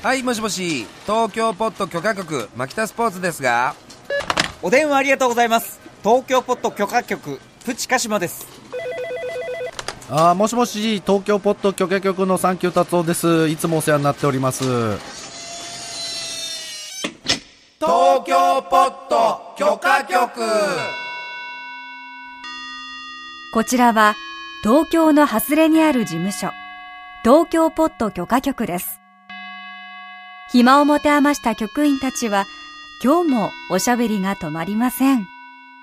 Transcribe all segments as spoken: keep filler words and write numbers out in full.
はい、もしもし、東京ポット許可局牧田スポーツですが。 お電話ありがとうございます。東京ポット許可局プチカシマです。 あー、もしもし、東京ポット許可局のサンキュー達夫です。いつもお世話になっております。 東京ポット許可局。 こちらは東京の外れにある事務所、東京ポット許可局です。暇を持て余した局員たちは今日もおしゃべりが止まりません。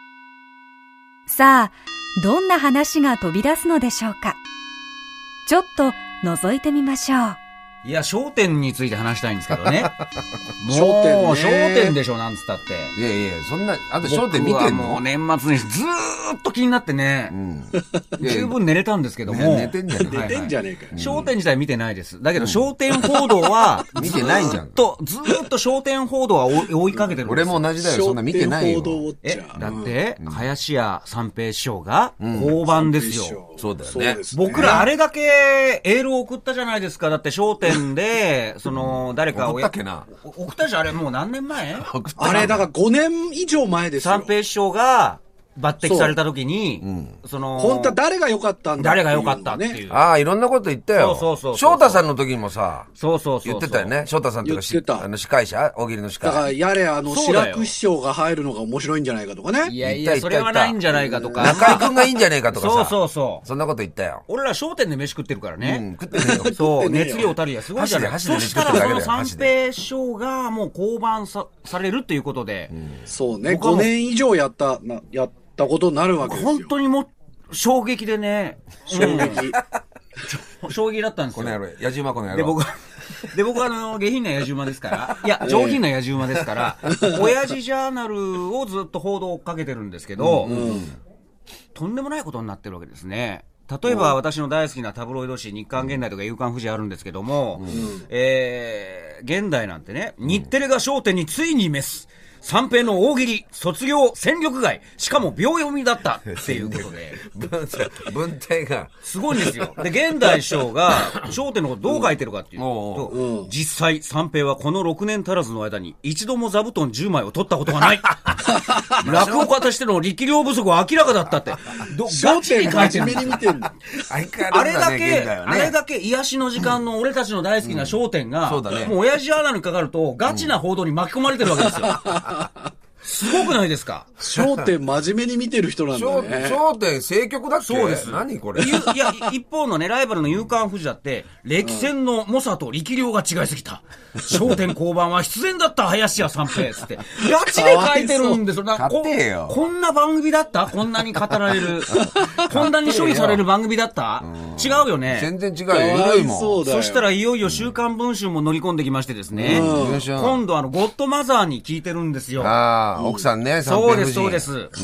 さあ、どんな話が飛び出すのでしょうか。ちょっと覗いてみましょう。 いや、焦点について話したいんですけどね。もう焦点ね焦点でしょ、なんつったって。 いやいや、そんな、あと焦点見てんの？ 僕はもう年末年始ずーっと気になってね、うん、十分寝れたんですけども。 寝てんじゃねえか。 寝てんじゃねえか。 焦点自体見てないです。だけど焦点報道は、 見てないんじゃん。 ずーっと、ずーっと焦点報道は追いかけてるんです。 俺も同じだよ、そんな見てないよ。 え、だって、うん、林家三平師匠が降板ですよ。 うん、そうだよね。 僕らあれだけエールを送ったじゃないですか。だって焦点で、その、誰かを。 送ったっけな。 送ったじゃん、あれもう何年前？ あれ、だからごねん以上前ですよ。 三平師匠が抜擢された時に、 うん、 その、 本当は誰が良かったんだ、 誰が良かったっていう。 ああ、いろんなこと言ったよ。 そうそうそう。 翔太さんの時にもさ、 そうそうそう。 言ってたよね。翔太さんとかし、あの司会者大喜利の司会。 だから、やれ、あの、白く師匠が入るのが面白いんじゃないかとかね。 いやいや、それはないんじゃないかとか。 中井くんがいいんじゃないかとかさ。 そうそうそう。 そんなこと言ったよ。 俺ら商店で飯食ってるからね。 うん、食ってねえよ。 そう、熱量たるやすごいじゃない。 そしたらその三平師匠がもう降板さ、されるっていうことで。 そうね、ごねん以上やった、な、やった。たことになるわけですよ。 本当にもう衝撃でね、 衝撃、 うん、衝撃だったんですよ。 この野郎、野じ馬この野郎。 で僕で僕はあの下品な野じ馬ですから、いや上品な野じ馬ですから、親父ジャーナルをずっと報道を追っかけてるんですけど、うんうん、とんでもないことになってるわけですね。例えば私の大好きなタブロイド紙日刊現代とか夕刊富士あるんですけども、うん、えー、現代なんてね、日テレが焦点についにメス。三平の大喜利、卒業、戦力外、しかも秒読みだったっていうことで。 文体が。 すごいんですよ。で、現代師匠が、焦点のことどう書いてるかっていうと、うん、実際、三平はこのろくねん足らずの間に一度も座布団じゅうまいを取ったことがない。落語家としての力量不足は明らかだったって。 どガチに書いてる。真面目に見てんだ。 あれだけ、あれだけ癒しの時間の俺たちの大好きな焦点が、うんうん、そうだね、もう親父アナにかかると、ガチな報道に巻き込まれてるわけですよ。すごくないですか？ 焦点真面目に見てる人なんだね。 焦点政局だっけ？ そうです。 何これ？ いや、一方のね、ライバルの夕刊富士だって、歴戦の猛者と力量が違いすぎた。焦点降板は必然だった林家三平つって。ガチで書いてるんですよ。 なこ, こんな番組だったこんなに語られる。こんなに処理される番組だった違うよね。 全然違うよ。いもん。そしたらいよいよ週刊文春も乗り込んできましてですね。今度あの、ゴッドマザーに聞いてるんですよ。 ああ、奥さんね、三平夫人。 そうです、そうです。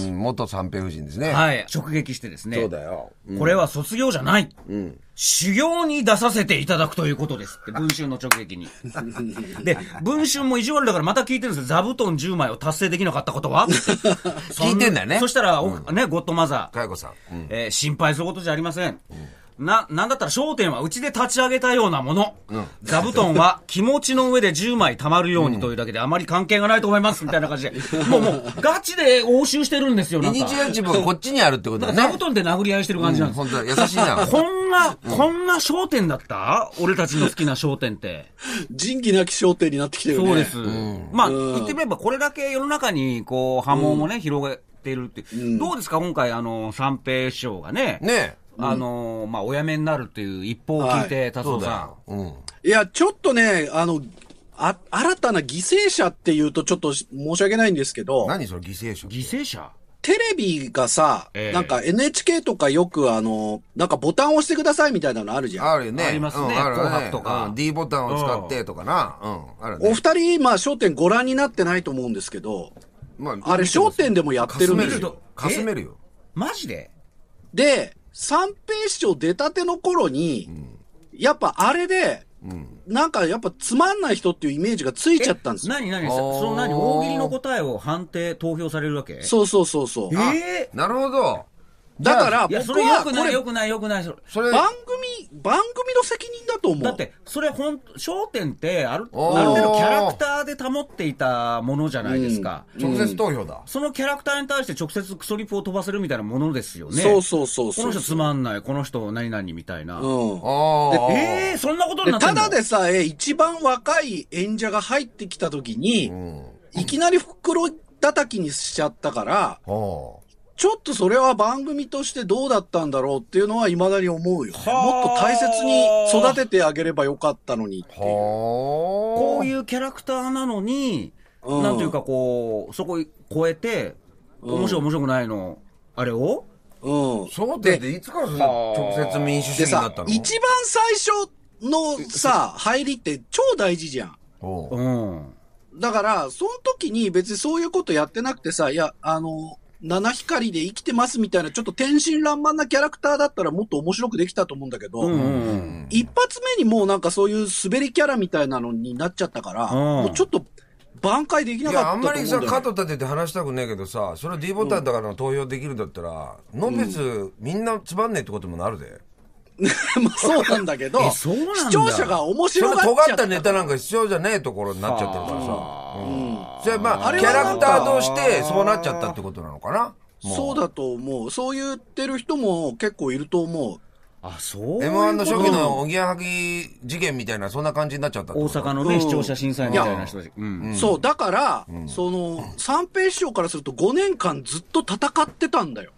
うん、元三平夫人ですね。 はい。直撃してですね。 そうだよ。 うん、これは卒業じゃない。うん。修行に出させていただくということですって、文春の直撃に。で、文春も意地悪だからまた聞いてるんですよ。座布団じゅうまいを達成できなかったことは聞いてんだよね。 そしたら、うん、ね、ゴッドマザー。 かよこさん。 うん、えー、心配することじゃありません。うんな、なんだったら焦点はうちで立ち上げたようなもの。うん、座布団は気持ちの上でじゅうまい溜まるようにというだけであまり関係がないと思いますみたいな感じで。もうもうガチで応酬してるんですよ。なんか。 イニシアチブがこっちにあるってことだね。 座布団で殴り合いしてる感じなんです。 うん、本当優しいな。 こんな、こんな焦点だった俺たちの好きな焦点って。 仁義なき焦点になってきてるね。 そうです。うん、まあ、言ってみればこれだけ世の中にこう波紋をね、うん、広げているっていう、うん。どうですか今回あの、三平師匠がね。 ねあのー、まあ、お辞めになるっていう一報を聞いて、はい、達夫さん。うん。 いや、ちょっとね、あの、あ、新たな犠牲者っていうとちょっと申し訳ないんですけど。 何それ犠牲者？ 犠牲者？ テレビがさ、えー、なんか エヌエイチケー とかよくあの、なんかボタンを押してくださいみたいなのあるじゃん。 あるよね。 ありますね。うん、紅白とか、 うん。D ボタンを使ってとかな。うん。あるね。 お二人、まあ、焦点ご覧になってないと思うんですけど、まあ、あれ焦点でもやってるんですよ。 かすめるよ。 マジで？ で、三平師匠出たての頃に、うん、やっぱあれで、うん、なんかやっぱつまんない人っていうイメージがついちゃったんですよ。 何何その何大喜利の答えを判定投票されるわけ？ そうそうそうそう。 えー、なるほど。 だから僕はいやそれ良くない良くない良くないそれ。 番番組の責任だと思う。 だって、それほん、笑点ってある、 おーある程度キャラクターで保っていたものじゃないですか。 直接投票だ。 そのキャラクターに対して直接クソリプを飛ばせるみたいなものですよね。 そうそうそうそう。 この人つまんない、この人何々みたいな。 うん。 ああ。 ええー、そんなことにでなってんの？ ただでさえ、一番若い演者が入ってきた時に、 うん。 いきなり袋叩きにしちゃったから、 はちょっとそれは番組としてどうだったんだろうっていうのは未だに思うよね。 はあもっと大切に育ててあげればよかったのにってあ。 いう。 こうう。 いうキャラクターなのに、 うんなんというかこう、そこ超えて、面白い面白くないの、あれをうん。 そうで、いつからそれ直接民主主でさ義になった、の？ 一番最初のさ、入りって超大事じゃん。 おううん。 だから、その時に別にそういうことやってなくてさ、いや、あの、七光で生きてますみたいな、ちょっと天真爛漫なキャラクターだったらもっと面白くできたと思うんだけど、 うんうん一発目にもうなんかそういう滑りキャラみたいなのになっちゃったから、 んもうちょっと挽回できないかっや、あたと思うんだよ、ね。 んまりさ、カット立てて話したくねえけどさ、それ D ボタンだから投票できるんだったら、のべつ、みんなつまんねえってこともなるで。 まあそうなんだけど、 えそうなんだ視聴者が面それ白がっちゃ尖った。 ったネタなんか必要じゃねえところになっちゃってるからさ。うん。それまあ、 あれはキャラクターとしてそうなっちゃったってことなのかな。もそうだと思う。そう言ってる人も結構いると思う。 あ、そう。 エムワン の初期のおぎやはぎ事件みたいな、そんな感じになっちゃったってこと。 大阪のね、視聴者審査員みたいな人たち。うん。 そう、だから、その、三平師匠からするとごねんかんずっと戦ってたんだよ。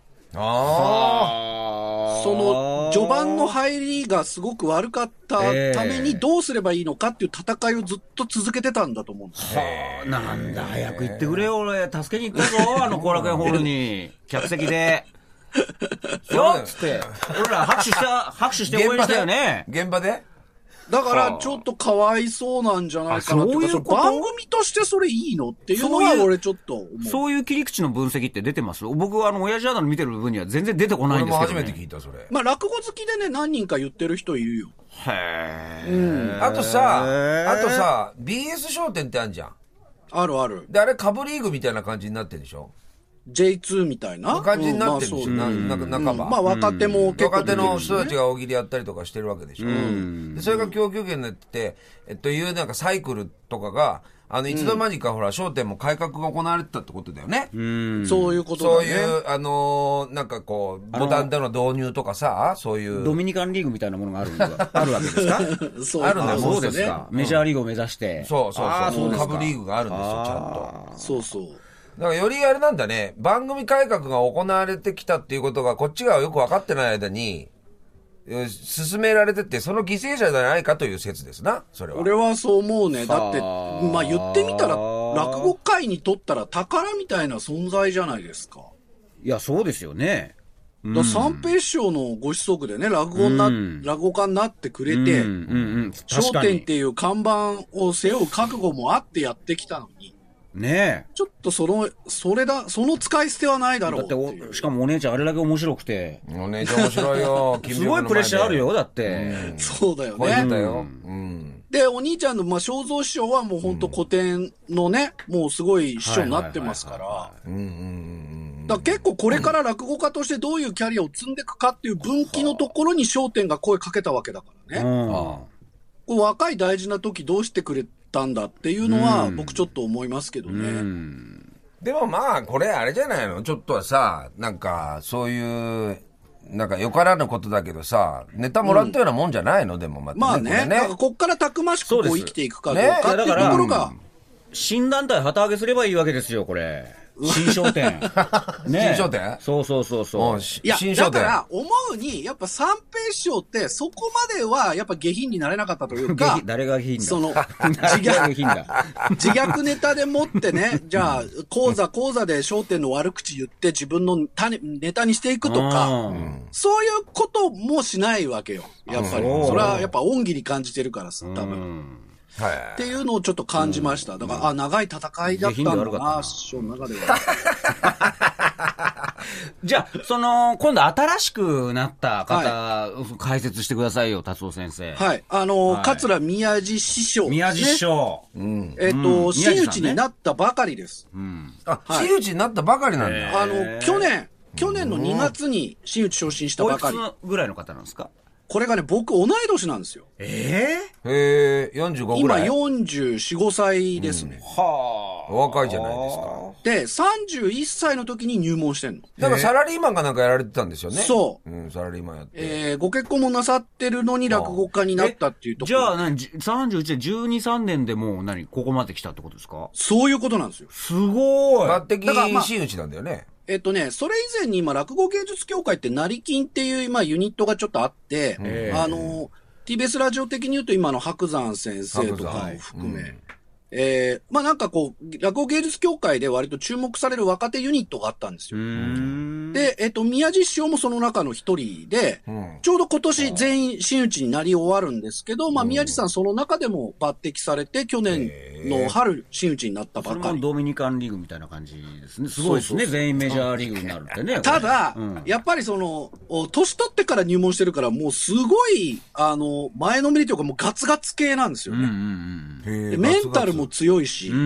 あその、序盤の入りがすごく悪かったためにどうすればいいのかっていう戦いをずっと続けてたんだと思うんですよ。 はあ、なんだ、早く言ってくれよ、俺。助けに行ったぞ、あの後楽園ホールに。客席で。よっつって。俺ら拍手した、拍手して応援したよね。 現場でだから、ちょっとかわいそうなんじゃないかなっていうか、 あそういうことその番組としてそれいいのっていうのはそういう俺ちょっと思う。 そういう切り口の分析って出てます？僕はあの、親父アナの見てる分には全然出てこない俺もんですけど、ね。 初めて聞いた、それ。 まあ、落語好きでね、何人か言ってる人いるよ。 へー。 あとさ、あとさ、ビーエス 商店ってあるじゃん。 あるある。 で、あれ、カブリーグみたいな感じになってるでしょ？ ジェイツー みたいな感じになってるでしょ、 うんまあそうなな半ば、 まあ若手も結構若手の出てるしね人たちが大喜利やったりとかしてるわけでしょ、でそれが供給源になってて、えっというなんかサイクルとかがあのいつの間にかほら笑点も改革が行われてたってことだよね、 そういうことそうだね。 いうあのーなんかこうボタンでの導入とかさ、そういうドミニカンリーグみたいなものがあるんだあるわけですか？ そうあるんだよあ、そうですか。メジャーリーグを目指して。 そうそうあーそうですかカブリーグがあるんですよちゃんと。 そうそう。 だからよりあれなんだね、番組改革が行われてきたっていうことがこっちがよく分かってない間にえ進められてってその犠牲者じゃないかという説ですな、それは。 俺はそう思うね。だって、 はあまあ言ってみたら、落語界にとったら宝みたいな存在じゃないですか。 いや、そうですよね。 だから三平師匠のご子息でね、落語な、 うん落語家になってくれて、 うんうんうん。確笑かに。 点っていう看板を背負う覚悟もあってやってきたのに、 ねちょっとその、それだ、その使い捨てはないだえ。 ろうだってっていうお、しかもお姉ちゃんあれだけ面白くて。 お姉ちゃん面白いよ。 すごいプレッシャーあるよ、だって。 そうだよ超えてたね。 よ。うん。 で、お兄ちゃんの、まあ、正蔵師匠はもう本当古典のね、もうすごい師匠になってますから、 うんうんうんだから結構これから落語家としてどういうキャリアを積んでいくかっていう分岐のところに笑点が声かけたわけだからね。 うん。 こう若い大事な時どうしてくれたんだっていうのは僕ちょっと思いますけどね。 うん。でもまあ、これあれじゃないのちょっとはさ、なんか、そういう、なんかよからぬことだけどさ、ネタもらったようなもんじゃないの、でもまたね。 まあね、 これなんかこっからたくましくこう生きていくかどうねかっていうところが、 新団体旗揚げすればいいわけですよ、これ。新商店。ね新商店そうそうそうそうう。 しいや、 新商店。 だから思うに、やっぱ三平師匠ってそこまではやっぱ下品になれなかったというか下品、誰が下品だその、 誰自虐、 が下品だ。 自虐ネタでもってね、じゃあ、講座講座で笑点の悪口言って自分の種ネタにしていくとか、 うんそういうこともしないわけよ。やっぱり。 うんそれはやっぱ恩義に感じてるからさ、多分。 うんはいっていうのをちょっと感じました。だから、あ、長い戦いだったんだ下品で悪かったな、 な師匠の中では。 じゃあ、その、今度新しくなった方、解説してくださいよ、達夫先生。 はい。あの、 はい桂宮治師匠ですね。 宮治師匠。 うん。 えっ、 うんと、真宮治さんね打ちになったばかりです。 うん。 あ、 はい真打ちになったばかりなんだ。 あの、去年、去年のにがつに真打ち昇進したおいくつばかり。 ぐらいの方なんですか？ これがね、僕同い年なんですよ。 ええへえ、よんじゅうごぐ今らい。 よんじゅうよん、ごさいですね。 ー、はあ。 お若いじゃないですか。 で、さんじゅういっさいの時に入門してんの。 だからサラリーマンかなんかやられてたんですよね。 そう。 うん、サラリーマンやって。 えー、ご結婚もなさってるのに落語家になったっていうところ。 じゃあ何、さんじゅういちでじゅうに、さんねんでもう何、ここまで来たってことですか？ そういうことなんですよ。 すごい。 抜擢だからまあ真打ちなんだよね。 えっとね、それ以前に今、落語芸術協会って成金っていう今ユニットがちょっとあって、あの、ティービーエス ラジオ的に言うと今の白山先生とかも含め、うん、えー、まあなんかこう、落語芸術協会で割と注目される若手ユニットがあったんですよ。で、えっと、宮地師匠もその中の一人で、うん、ちょうど今年全員真打ちになり終わるんですけど、まあ宮地さんその中でも抜擢されて、去年の春真打ちになったばかり。 それもドミニカンリーグみたいな感じですね。すごいですね。そうそうそう、全員メジャーリーグになるってね。 ただ、うん、やっぱりその、年取ってから入門してるから、もうすごい、あの、前のめりというかもうガツガツ系なんですよね。うんうんうん、でメンタルも強いし、うんうんうん、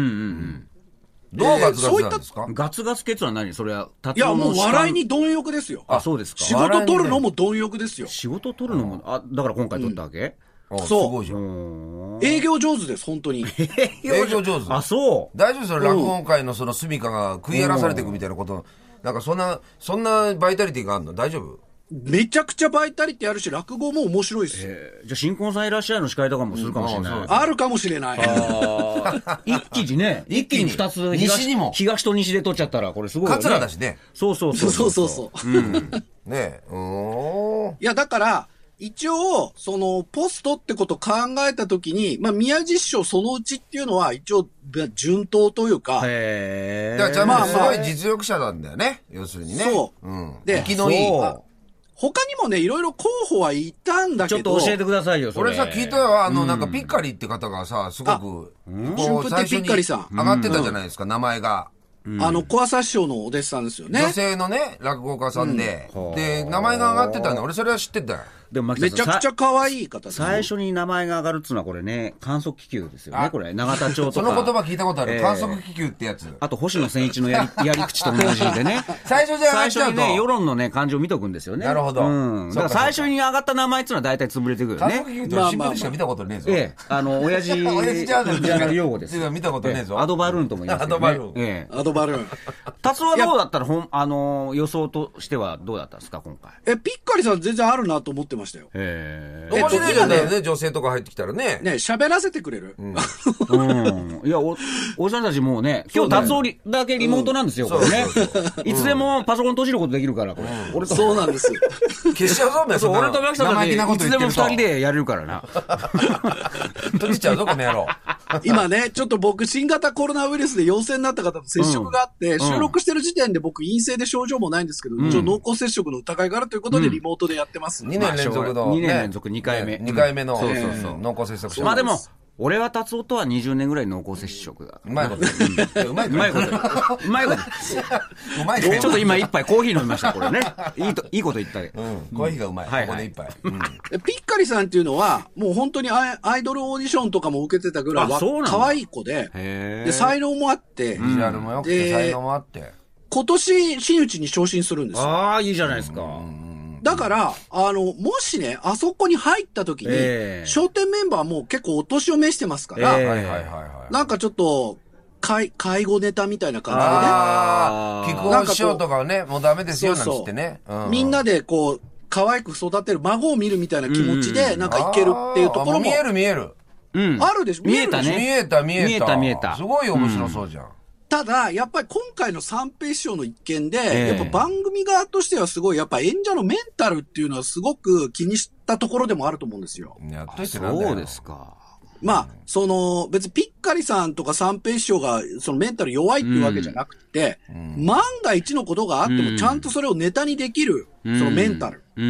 どうガツガツなんですか？ ガツガツケツは何？それは達郎のいやもう笑いに貪欲ですよ。 あ、そうですか。 仕事取るのも貪欲ですよ。 仕事取るのも、あ、だから今回取ったわけ？ うん、そう。すごいじゃん。営業上手です、本当に。 営業上手。 あ、そう。 大丈夫ですよ、落語界のその住処が食い荒らされていくみたいなこと。なんかそんな、そんなバイタリティがあるの？大丈夫？ めちゃくちゃバイタリティあるし、落語も面白いです。 えー、じゃあ新婚さんいらっしゃいの司会とかもするかもしれない。うん、 あるかもしれない。 一気にね、一気に二つ、 西にも。 東と西で取っちゃったら、これすごいよね。 桂だしね。 そうそうそう。そうそうそう。うん、 ねえ。おいや、だから、一応、その、ポストってことを考えたときに、まあ、宮地師匠そのうちっていうのは、一応、順当というか。 へー。だから、まあ、すごい実力者なんだよね。要するにね。 そう。うん。で、生きのいい。他にもね、いろいろ候補はいたんだけど。 ちょっと教えてくださいよ、それ。 俺さ、聞いたよ。あの、なんか、ピッカリって方がさ、すごく、 春風亭ピッカリさん。 上がってたじゃないですか、名前が。 あの、小朝師匠のお弟子さんですよね。 女性のね、落語家さんで。で、名前が上がってたんだ。俺それは知ってたよ。 でもめちゃくちゃ可愛い方です。 最初に名前が上がるっつうのはこれね、観測気球ですよね、これ。永田町とか。 その言葉聞いたことある。観測気球ってやつ。 あと、星野千一のやり、やり口と同じでね。 最初じゃ最初にね、世論のね、感じを見とくんですよね。 なるほど。 うん。だから最初に上がった名前っていうのは大体潰れてくるよね。 観測気球って新聞でしか見たことねえぞ。 ええ。あの、親父、 親父ジャーナル用語です。 見たことねえぞ。 アドバルーンとも言いますよね。 アドバルーン。 ええ。アドバルーン。 達郎はどうだったら、ほん、あの、予想としてはどうだったんですか、今回。 え、ピッカリさん全然あるなと思ってましたよ。 へえ。 面白いじゃないよね、女性とか入ってきたらね。 ね、喋らせてくれる。うん。 いや、お、おじさんたちもうね、今日達郎だけリモートなんですよ、これね。いつでもパソコン閉じることできるから、これ。 俺と。そうなんです。 消しちゃうぞ、お前。 そう、俺とマキさんたち、いつでも二人でやれるからな。 閉じちゃうぞ、この野郎。 今ね、ちょっと僕、新型コロナウイルスで陽性になった方と接触があって、収録してる時点で僕、陰性で症状もないんですけど、一応濃厚接触の疑いがあるということで、リモートでやってます。 にねん連続の。 にねん連続にかいめ。 にかいめの。 そうそうそう。 濃厚接触者。 まあでも、俺は達夫とはにじゅうねんぐらい濃厚接触が。 うまいこと。 うまいこと。うまいこと。うまいこと。うまいこと。ちょっと今一杯コーヒー飲みました、これね。いいと、いいこと言ったね。 うん。コーヒーがうまい。ここで一杯。 ピッカリさんっていうのは、もう本当にアイドルオーディションとかも受けてたぐらい、可愛い子で、で、才能もあって、 ビジュアルも良くて、才能もあって。 今年、真打ちに昇進するんですよ。 ああ、いいじゃないですか。 だから、あの、もしね、あそこに入った時に、えー、笑点メンバーも結構お年を召してますから、えー、なんかちょっと、介、介護ネタみたいな感じでね。 ああ、木久扇師匠とかはね、もうダメですよ、なんつってね。 そうそう、うん、みんなでこう、可愛く育てる孫を見るみたいな気持ちで、なんかいけるっていうところも。 見える見える。 うん。あるでしょ、 見えたね。 見えた見えた。 見えた見えた。 すごい面白そうじゃん。うん、 ただ、やっぱり今回の三平師匠の一件で、えー、やっぱ番組側としてはすごい、やっぱ演者のメンタルっていうのはすごく気にしたところでもあると思うんですよ。 やっといてなんだよ。 そうですか。 まあ、その、別にピッカリさんとか三平師匠がそのメンタル弱いっていうわけじゃなくて、うん、万が一のことがあってもちゃんとそれをネタにできる、うん、そのメンタル。うんうん、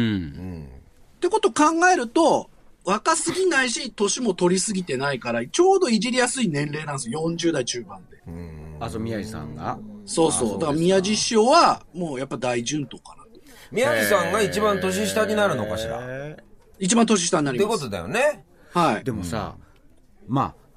ってことを考えると、若すぎないし、年も取りすぎてないから、ちょうどいじりやすい年齢なんですよ。よんじゅう代中盤で。 あ、そう、宮治さんがそうそう。だから宮治師匠は、もうやっぱ大順当かなと。 宮治さんが一番年下になるのかしら。 一番年下になります。 ってことだよね。 はい。 でもさ、うん、まあ、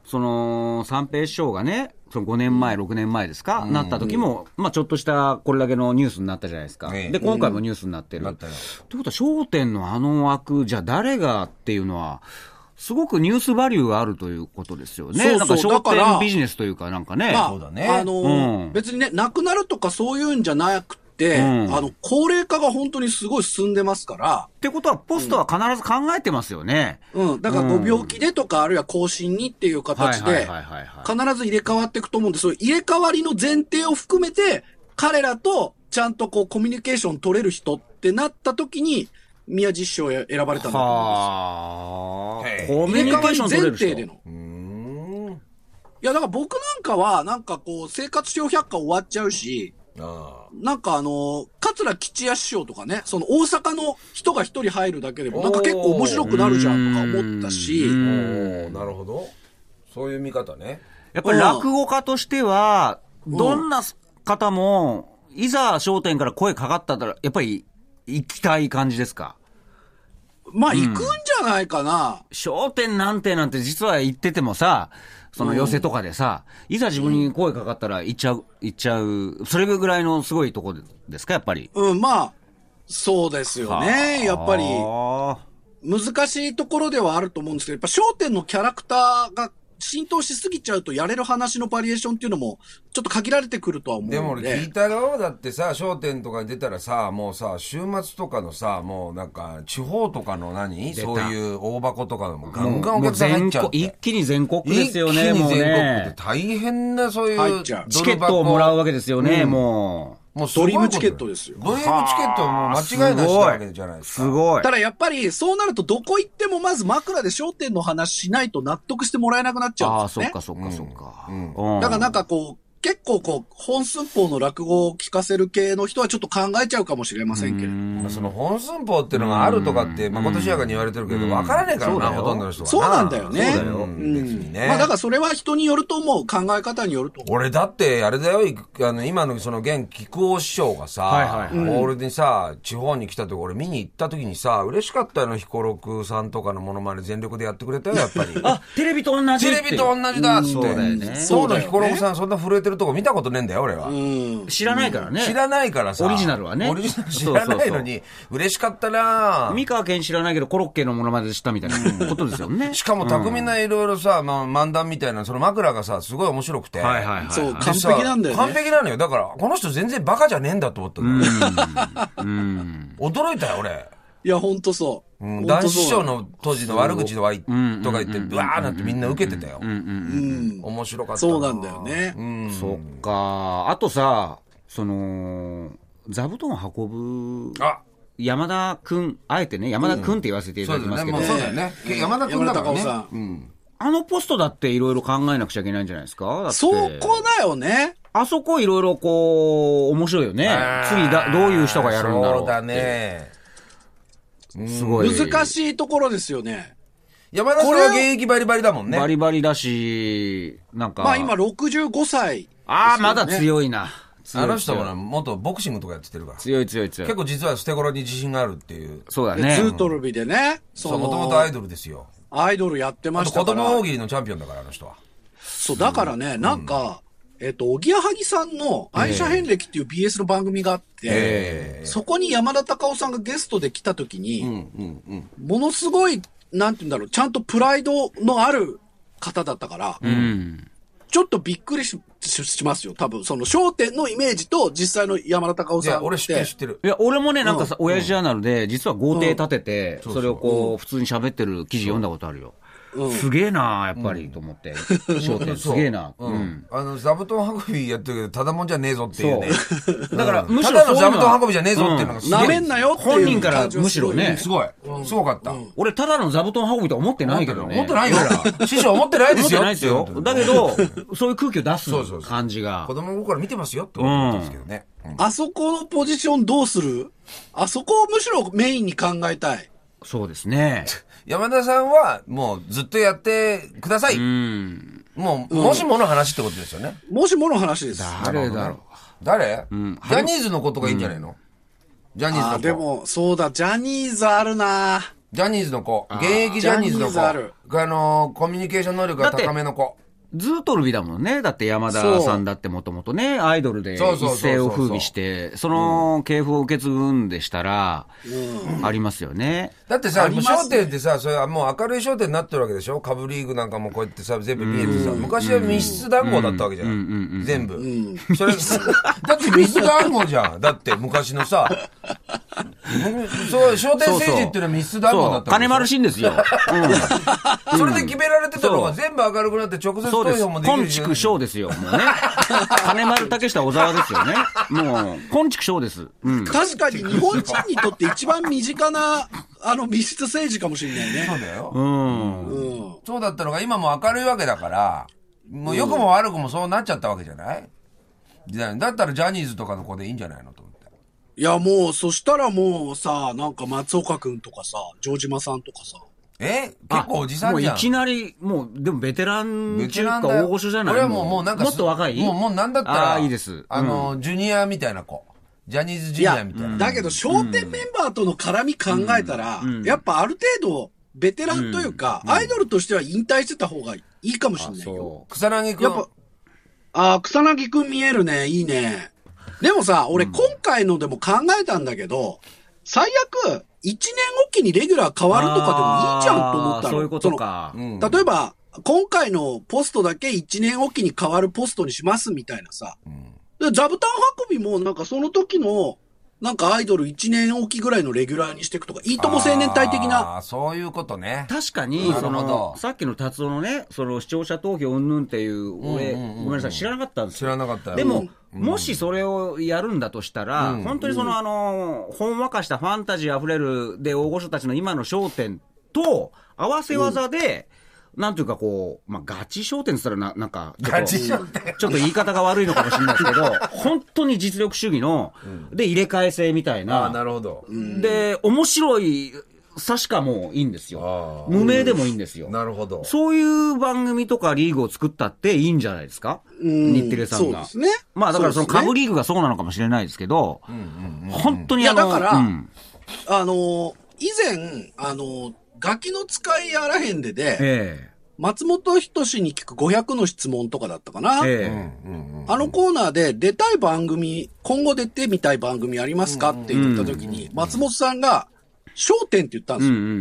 その、三平師匠がね、そのごねんまえ、ろくねんまえですか、うん、なった時も、まあちょっとしたこれだけのニュースになったじゃないですか。ね、で、今回もニュースになってる。うん、ということは、笑点のあの枠、じゃあ誰がっていうのは、すごくニュースバリューがあるということですよね。そうそう、なんか笑点ビジネスというか、なんかね。 まあ、 そうだね。 あのーうん、別にね、亡くなるとかそういうんじゃなくて、うん、あの、高齢化が本当にすごい進んでますから。 ってことは、ポストは必ず考えてますよね。 うん。だから、ご病気でとか、あるいは更新にっていう形で、必ず入れ替わっていくと思うんで、そういう入れ替わりの前提を含めて、彼らとちゃんとこう、コミュニケーション取れる人ってなった時に、宮地師匠選ばれたんだと思うんですよ。 コミュニケーション取れる人。 入れ替わり前提での。うーん。いや、だから僕なんかは、なんかこう、生活笑百科終わっちゃうし、あなんかあの、桂吉弥師匠とかね、その大阪の人が一人入るだけでも、なんか結構面白くなるじゃんとか思ったし。おー、なるほど。そういう見方ね。 やっぱり落語家としては、どんな方も、いざ笑点から声かかったら、やっぱり行きたい感じですか？ まあ、行くんじゃないかな。 笑点なんてなんて実は言っててもさ、その寄せとかでさ、うん、いざ自分に声かかったら行っちゃう、行っちゃう、それぐらいのすごいとこですか、やっぱり。 うん、まあ、そうですよね。やっぱり、難しいところではあると思うんですけど、やっぱ笑点のキャラクターが浸透しすぎちゃうとやれる話のバリエーションっていうのもちょっと限られてくるとは思うんで。 でも俺聞いたよ。だってさ、笑点とか出たらさ、もうさ、週末とかのさ、もうなんか地方とかの何そういう大箱とかのもガンガンお客さん入っちゃうって。 一気に全国ですよね。 一気に全国ってて大変なそういうチケットをもらうわけですよね、うん、もう。 もうドリームチケットですよ。 ドリームチケットはもう間違いなしなわけじゃないですか。 すごい。 ただやっぱりそうなるとどこ行ってもまず枕で笑点の話しないと納得してもらえなくなっちゃうんですよね。 ああ、そっかそっかそっか。 うんうん、だからなんかこう、結構こう、本寸法の落語を聞かせる系の人はちょっと考えちゃうかもしれませんけれども。 その本寸法っていうのがあるとかって、まことしやかに言われてるけど、分からねえからな、ほとんどの人は。 そうなんだよね。 そうだよ。うん、別にね。 まあだからそれは人によると思う。考え方によると思う。 俺だって、あれだよ、あの、今のその現木久扇師匠がさ、はいはいはい、俺にさ、地方に来た時、俺見に行った時にさ、嬉しかったよ、彦六さんとかのモノマネ全力でやってくれたよ、やっぱり。 あ、テレビと同じテレビと同じだっつって。そうだよね。 そうだ、彦六さんそんな震えてるとこ見たことねえんだよ、俺は。 知らないからね。 知らないからさ。 オリジナルはね。 オリジナル知らないのに、嬉しかったなぁ。 三河健知らないけど、コロッケのものまで知ったみたいなことですよね。 しかも巧みないろいろさ、まあ、漫談みたいな、その枕がさ、すごい面白くて。 はいはいはい。 そう、完璧なんだよね。 完璧なのよ。だから、この人全然バカじゃねえんだと思ったんだよ。うん。驚いたよ、俺。 いや、ほんとそう。 うん、男子師匠の当時の悪口とか言って、うわーなんてみんな受けてたよ。面白かった。 そうなんだよね。 うん。そっか。あとさ、その、座布団を運ぶ。あ山田くん、あえてね、山田くんって言わせていただきますけど。 そうだよね。山田くんだからね。 あのポストだっていろいろ考えなくちゃいけないんじゃないですか？ そこだよね。 あそこいろいろこう、面白いよね。次だ、どういう人がやるんだろう。 そうだね。 すごい。 難しいところですよね。 山田さんは現役バリバリだもんね。 バリバリだし、なんか。 まあ今ろくじゅうごさい、ね。 ああ、まだ強いな。 あの人も元ボクシングとかやってるから。 強い強い強い。 結構実は捨て頃に自信があるっていう。 そうだね。 ズートルビでね。 そう、もともとアイドルですよ。 アイドルやってましたから。 子供大喜利のチャンピオンだから、あの人は。 そう、だからね、なんか、うん、えっと、おぎやはぎさんの愛車遍歴っていう ビーエス の番組があって、えー、そこに山田隆夫さんがゲストで来た時に、うんうんうん、ものすごい、なんて言うんだろう、ちゃんとプライドのある方だったから、うん、ちょっとびっくり し, し, しますよ。多分、その笑点のイメージと実際の山田隆夫さんって。いや、 俺知ってる知ってる。 いや、俺もね、なんかさ、うん、親父ジャーナルで、実は豪邸立てて、うん、それをこう、うん、普通に喋ってる記事読んだことあるよ。うん、すげえなやっぱり、うん、と思って。笑点すげえな、 うんうん、あの、座布団運びやってるけど、ただもんじゃねえぞっていうね。 だから、むしろただの座布団運びじゃねえぞっていうのがすごい。 なめんなよっていう。 本人からむしろね。 すごい。すごかった。 俺、ただの座布団運びとは思ってないけどね。 思ってないよ。師匠思ってないですよ。 思ってないですよ。だけど、そういう空気を出す感じが。 子供の頃から見てますよって思うんですけどね。 あそこのポジションどうする？あそこをむしろメインに考えたい。 そうですね。 山田さんはもうずっとやってください。うん、もう、もしもの話ってことですよね。 もしもの話です。 誰だろう。 誰、うん、ジャニーズの子とかいいんじゃないの、うん、ジャニーズの子。 あ、でも、そうだ、ジャニーズあるなジャニーズの子。現役ジャニーズの子。 ジャニーズある。 あの、コミュニケーション能力が高めの子。 ずっとルビだもんね。だって山田さんだってもともとね、アイドルで一世を風靡して、その系譜を受け継ぐんでしたら、うん、ありますよね。 だってさ、もう笑点ってさ、それはもう明るい笑点になってるわけでしょ。株リーグなんかもこうやってさ、全部見えてさ、昔は密室談合だったわけじゃん。全部。うん、それ、だって密室談合じゃん。だって昔のさ、そう、笑点政治っていうのは密室談合だったわけ。 金丸信ですよ。 うん、それで決められてたのが全部明るくなって直接投票もできる。 昆虫賞ですよ、もうね。金丸竹下小沢ですよね。もう、昆虫賞です。うん、 確かに日本人にとって一番身近な、あの、密室政治かもしれないね。 そうだよ。 うん。 うん。そうだったのが今も明るいわけだから、もう良くも悪くもそうなっちゃったわけじゃない、うん、だったらジャニーズとかの子でいいんじゃないのと思って。 いや、もう、そしたらもうさ、なんか松岡くんとかさ、城島さんとかさ、 え結構おじさんじゃん。 もういきなり、もう、でもベテラン中か大御所じゃない。 俺はもう、もうなんか、 もっと若いもう、もうなんだったら、 あ、いいです。 あの、うん、ジュニアみたいな子。ジャニーズジュニアみたいな。いだけど、笑点メンバーとの絡み考えたら、うんうん、やっぱある程度、ベテランというか、うん、アイドルとしては引退してた方がいいかもしれないよ。 草薙くん。 やっぱ、あ、草薙くん見えるね。いいね。でもさ、俺、今回のでも考えたんだけど、最悪、一年おきにレギュラー変わるとかでもいいじゃんと思ったの。 そういうことか。 うん、例えば、今回のポストだけ一年おきに変わるポストにしますみたいなさ。うん、で座布団運びもなんかその時の、なんかアイドル一年おきぐらいのレギュラーにしていくとか、いいとも青年隊的な。 ああ、そういうことね。 確かに、その、さっきの達夫のね、その視聴者投票うんぬんっていう、俺、うんうんうんうん、ごめんなさい、知らなかったんですよ。 知らなかったよ。 でも、うん、もしそれをやるんだとしたら、うん、本当にその、あの、ほんわかしたファンタジー溢れるで大御所たちの今の笑点と合わせ技で、うんなんていうかこう、まあ、ガチ商店って言ったらな、なんか、 ガチ商店ちょっと言い方が悪いのかもしれないですけど、本当に実力主義の、うん、で、入れ替え制みたいな。 あ、なるほど。 で、面白い、差しかもいいんですよ。無名でもいいんですよ。 なるほど。 そういう番組とかリーグを作ったっていいんじゃないですか、日テレさんが。 そうですね。 まあ、だからその株リーグがそうなのかもしれないですけど、本当にあの、 いや、だから、うん、あの、以前、あの、ガキの使いやらへんでで、ええ松本人志に聞くごひゃくの質問とかだったかな、ええ、あのコーナーで出たい番組、今後出てみたい番組ありますかって言った時に、松本さんが、笑点って言ったんですよ。うんうんうん、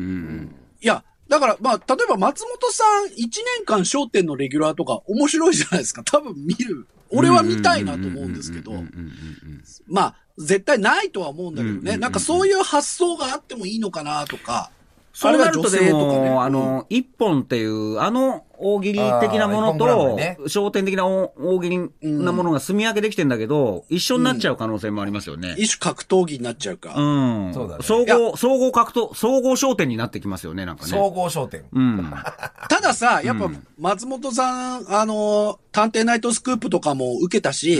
いや、だから、まあ、例えば松本さんいちねんかん笑点のレギュラーとか面白いじゃないですか。多分見る。俺は見たいなと思うんですけど、まあ、絶対ないとは思うんだけどね。なんかそういう発想があってもいいのかなとか、 そうなるとでも、ね、あの、一本っていう、あの大喜利的なものと、ね、焦点的な大喜利なものが住み分けできてんだけど、うん、一緒になっちゃう可能性もありますよね。 うん、一種格闘技になっちゃうか。 うん。そうだね。総合、総合格闘、総合焦点になってきますよね、なんかね。 総合焦点。 うん。 たださ、やっぱ、松本さん、あの、探偵ナイトスクープとかも受けたし、うん、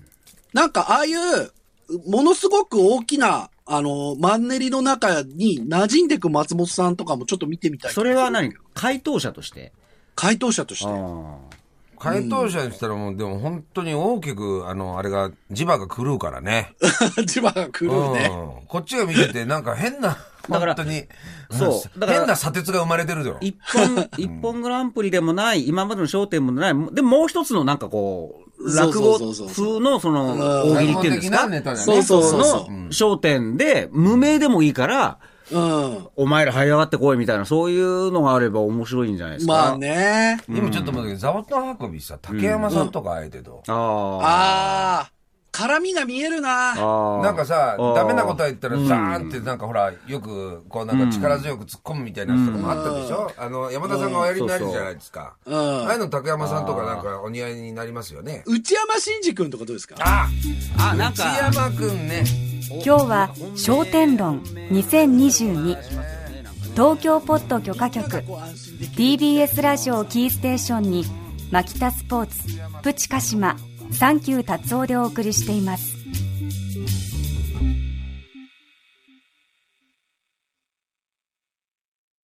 なんかああいう、ものすごく大きな、あの、マンネリの中に馴染んでいく松本さんとかもちょっと見てみたい。 それは何回答者として回答者として。 回答者にしたらもう、でも本当に大きく、あの、あれが、磁場が狂うからね。 磁場が狂うね、 うん。こっちが見てて、なんか変な、だから本当に、 そう。 だから変な砂鉄が生まれてるよ。 一本、一本グランプリでもない、今までの焦点もない、でももう一つのなんかこう、落語風のその大喜利っていうんですか、そうそうそうの焦点で無名でもいいから、うん、お前ら這い上がってこいみたいな、そういうのがあれば面白いんじゃないですか。 まあね。 うん、今ちょっと待って、座布団運びさ、竹山さんとかあえてどう、 うん、ああ。絡みが見えるな。 なんかさ、ダメなことは言ったら、ザーンってなんかほら、よく、こうなんか力強く突っ込むみたいなやつとかもあったでしょ、うん、あの、山田さんがおやりになるじゃないですか。うん、ああいうの竹山さんとかなんかお似合いになりますよね。 内山真司君とかどうですか？ ああ、なんか。 内山君ね。 今日は、笑点論にせんにじゅうに。東京ポッド許可局、ティービーエス ラジオキーステーションに、マキタスポーツ、プチカシマ、サンキュー達夫でお送りしています。